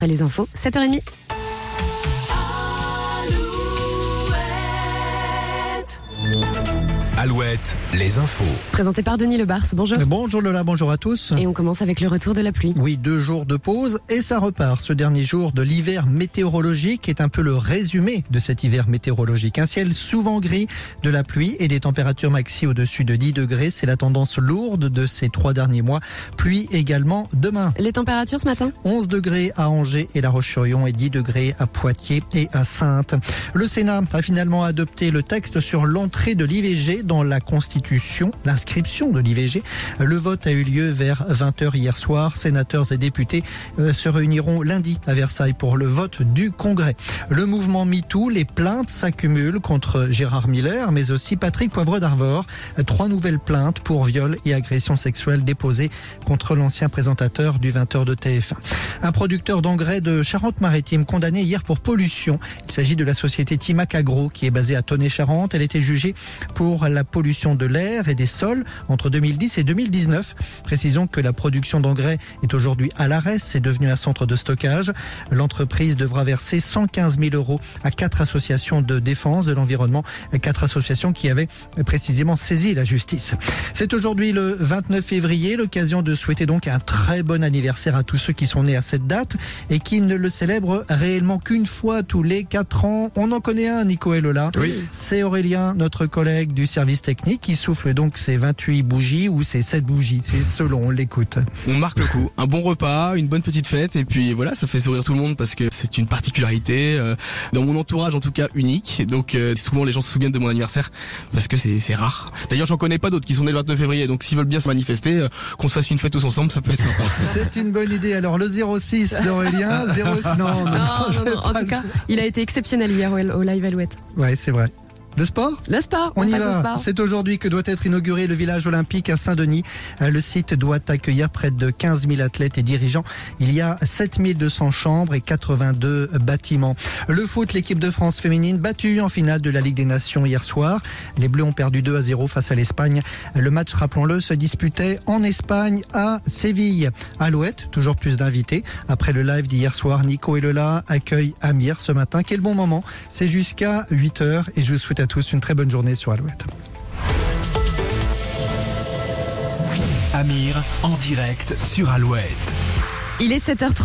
Les infos, 7h30. Alouette, les infos. Présenté par Denis Lebars, bonjour. Bonjour Lola, bonjour à tous. Et on commence avec le retour de la pluie. Oui, 2 jours de pause et ça repart. Ce dernier jour de l'hiver météorologique est un peu le résumé de cet hiver météorologique. Un ciel souvent gris, de la pluie et des températures maxi au-dessus de 10 degrés. C'est la tendance lourde de ces 3 derniers mois. Pluie également demain. Les températures ce matin ? 11 degrés à Angers et La Roche-sur-Yon et 10 degrés à Poitiers et à Saintes. Le Sénat a finalement adopté le texte sur l'entrée de l'IVG dans la Constitution, l'inscription de l'IVG. Le vote a eu lieu vers 20h hier soir. Sénateurs et députés se réuniront lundi à Versailles pour le vote du Congrès. Le mouvement MeToo, les plaintes s'accumulent contre Gérard Miller, mais aussi Patrick Poivre d'Arvor. 3 nouvelles plaintes pour viol et agression sexuelle déposées contre l'ancien présentateur du 20h de TF1. Un producteur d'engrais de Charente-Maritime condamné hier pour pollution. Il s'agit de la société Timac Agro qui est basée à Tonnet-Charente. Elle était jugée pour la pollution de l'air et des sols entre 2010 et 2019. Précisons que la production d'engrais est aujourd'hui à l'arrêt. C'est devenu un centre de stockage. L'entreprise devra verser 115 000 € à 4 associations de défense de l'environnement. 4 associations qui avaient précisément saisi la justice. C'est aujourd'hui le 29 février. L'occasion de souhaiter donc un très bon anniversaire à tous ceux qui sont nés à cette date et qui ne le célèbrent réellement qu'une fois tous les 4 ans. On en connaît un, Nico et Lola. Oui. C'est Aurélien, notre collègue du service technique, qui souffle donc ses 28 bougies ou ses 7 bougies. C'est selon, on l'écoute. On marque le coup. Un bon repas, une bonne petite fête et puis voilà, ça fait sourire tout le monde parce que c'est une particularité dans mon entourage en tout cas unique. Donc souvent les gens se souviennent de mon anniversaire parce que c'est rare. D'ailleurs, j'en connais pas d'autres qui sont nés le 29 février. Donc s'ils veulent bien se manifester, qu'on se fasse une fête tous ensemble, ça peut être sympa. C'est une bonne idée. Alors le 06 d'Aurélien, 06 non. En tout cas, il a été exceptionnel hier au Live Alouette. Ouais, c'est vrai. Le sport ? Le sport, On y passe au va. sport. C'est aujourd'hui que doit être inauguré le village olympique à Saint-Denis. Le site doit accueillir près de 15 000 athlètes et dirigeants. Il y a 7 200 chambres et 82 bâtiments. Le foot, l'équipe de France féminine battue en finale de la Ligue des Nations hier soir. Les Bleus ont perdu 2-0 face à l'Espagne. Le match, rappelons-le, se disputait en Espagne à Séville. Alouette, toujours plus d'invités. Après le live d'hier soir, Nico et Lola accueillent Amir ce matin. Quel bon moment. C'est jusqu'à 8h et je vous souhaite à tous une très bonne journée sur Alouette. Amir en direct sur Alouette. Il est 7h30.